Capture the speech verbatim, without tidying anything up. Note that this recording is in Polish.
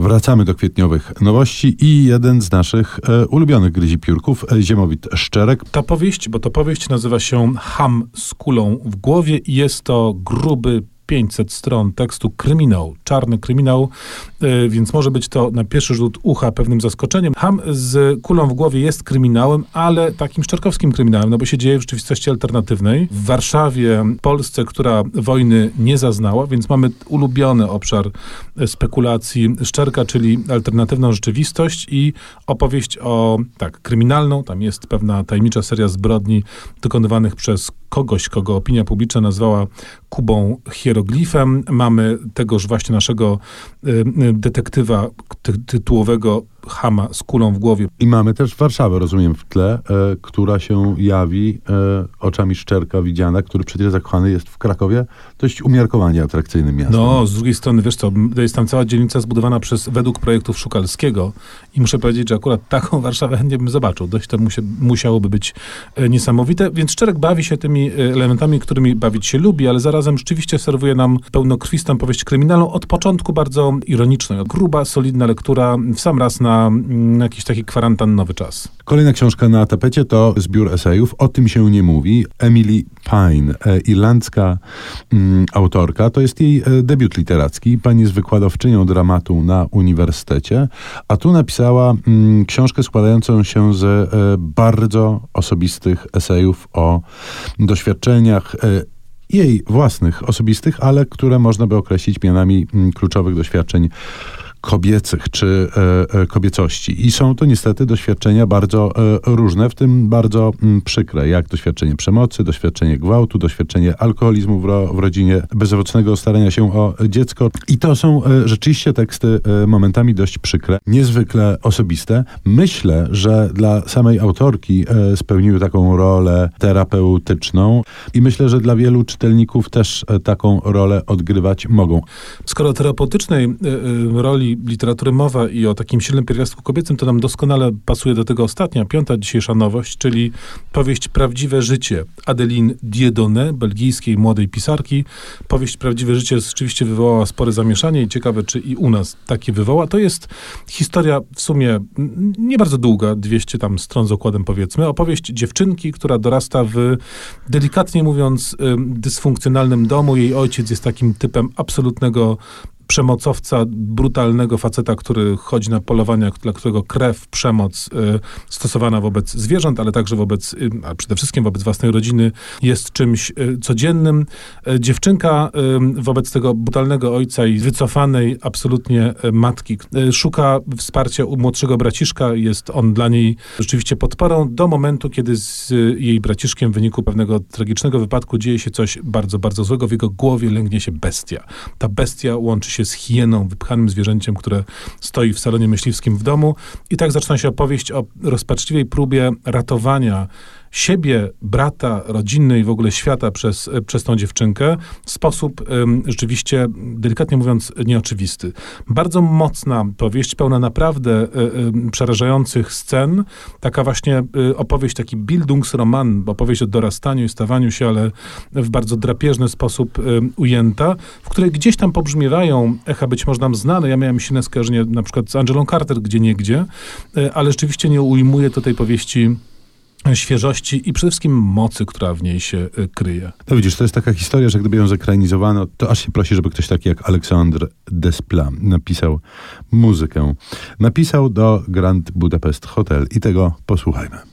Wracamy do kwietniowych nowości i jeden z naszych e, ulubionych gryzipiórków, e, Ziemowit Szczerek. Ta powieść, bo to powieść nazywa się Cham z kulą w głowie i jest to gruby pięćset stron tekstu, kryminał, czarny kryminał, yy, więc może być to na pierwszy rzut ucha pewnym zaskoczeniem. Cham z kulą w głowie jest kryminałem, ale takim szczerkowskim kryminałem, no bo się dzieje w rzeczywistości alternatywnej. W Warszawie, Polsce, która wojny nie zaznała, więc mamy ulubiony obszar spekulacji Szczerka, czyli alternatywną rzeczywistość i opowieść o, tak, kryminalną. Tam jest pewna tajemnicza seria zbrodni dokonywanych przez kogoś, kogo opinia publiczna nazwała Kubą hieroglifem. Mamy tegoż właśnie naszego y, detektywa ty, tytułowego Chama z kulą w głowie. I mamy też Warszawę, rozumiem, w tle, e, która się jawi e, oczami Szczerka widziana, który przecież zakochany jest w Krakowie, dość umiarkowanie atrakcyjnym miastem. No, z drugiej strony, wiesz co, to jest tam cała dzielnica zbudowana przez, według projektów Szukalskiego i muszę powiedzieć, że akurat taką Warszawę chętnie bym zobaczył. Dość to musie, musiałoby być e, niesamowite, więc Szczerek bawi się tymi e, elementami, którymi bawić się lubi, ale zarazem rzeczywiście serwuje nam pełnokrwistą powieść kryminalną, od początku bardzo ironiczną. Gruba, solidna lektura, w sam raz na na jakiś taki kwarantannowy czas. Kolejna książka na tapecie to zbiór esejów O tym się nie mówi. Emily Pine, e, irlandzka mm, autorka. To jest jej e, debiut literacki. Pani jest wykładowczynią dramatu na uniwersytecie, a tu napisała mm, książkę składającą się z e, bardzo osobistych esejów o doświadczeniach e, jej własnych, osobistych, ale które można by określić mianami mm, kluczowych doświadczeń kobiecych czy e, e, kobiecości. I są to niestety doświadczenia bardzo e, różne, w tym bardzo m, przykre, jak doświadczenie przemocy, doświadczenie gwałtu, doświadczenie alkoholizmu w, ro, w rodzinie, bezowocnego starania się o dziecko. I to są e, rzeczywiście teksty e, momentami dość przykre, niezwykle osobiste. Myślę, że dla samej autorki e, spełniły taką rolę terapeutyczną i myślę, że dla wielu czytelników też e, taką rolę odgrywać mogą. Skoro terapeutycznej e, e, roli literatury mowa i o takim silnym pierwiastku kobiecym, to nam doskonale pasuje do tego ostatnia, piąta dzisiejsza nowość, czyli powieść Prawdziwe życie Adeline Dieudonné, belgijskiej młodej pisarki. Powieść Prawdziwe życie rzeczywiście wywołała spore zamieszanie i ciekawe, czy i u nas takie wywoła. To jest historia w sumie nie bardzo długa, dwieście tam stron z okładem powiedzmy, opowieść dziewczynki, która dorasta w, delikatnie mówiąc, dysfunkcjonalnym domu. Jej ojciec jest takim typem absolutnego przemocowca, brutalnego faceta, który chodzi na polowania, dla którego krew, przemoc y, stosowana wobec zwierząt, ale także wobec, y, a przede wszystkim wobec własnej rodziny jest czymś y, codziennym. Y, dziewczynka y, wobec tego brutalnego ojca i wycofanej absolutnie y, matki y, szuka wsparcia u młodszego braciszka. Jest on dla niej rzeczywiście podporą do momentu, kiedy z y, jej braciszkiem w wyniku pewnego tragicznego wypadku dzieje się coś bardzo, bardzo złego. W jego głowie lęgnie się bestia. Ta bestia łączy się z hieną, wypchanym zwierzęciem, które stoi w salonie myśliwskim w domu. I tak zaczyna się opowieść o rozpaczliwej próbie ratowania siebie, brata, rodziny i w ogóle świata przez, przez tą dziewczynkę w sposób um, rzeczywiście, delikatnie mówiąc, nieoczywisty. Bardzo mocna powieść, pełna naprawdę um, przerażających scen. Taka właśnie um, opowieść, taki Bildungsroman, opowieść o dorastaniu i stawaniu się, ale w bardzo drapieżny sposób um, ujęta, w której gdzieś tam pobrzmiewają echa być może nam znane. Ja miałem silne skojarzenie na przykład z Angelą Carter, gdzie niegdzie, ale rzeczywiście nie ujmuje to tej powieści świeżości i przede wszystkim mocy, która w niej się y, kryje. No widzisz, to jest taka historia, że gdyby ją zekranizowano, to aż się prosi, żeby ktoś taki jak Alexandre Desplat napisał muzykę. Napisał do Grand Budapest Hotel i tego posłuchajmy.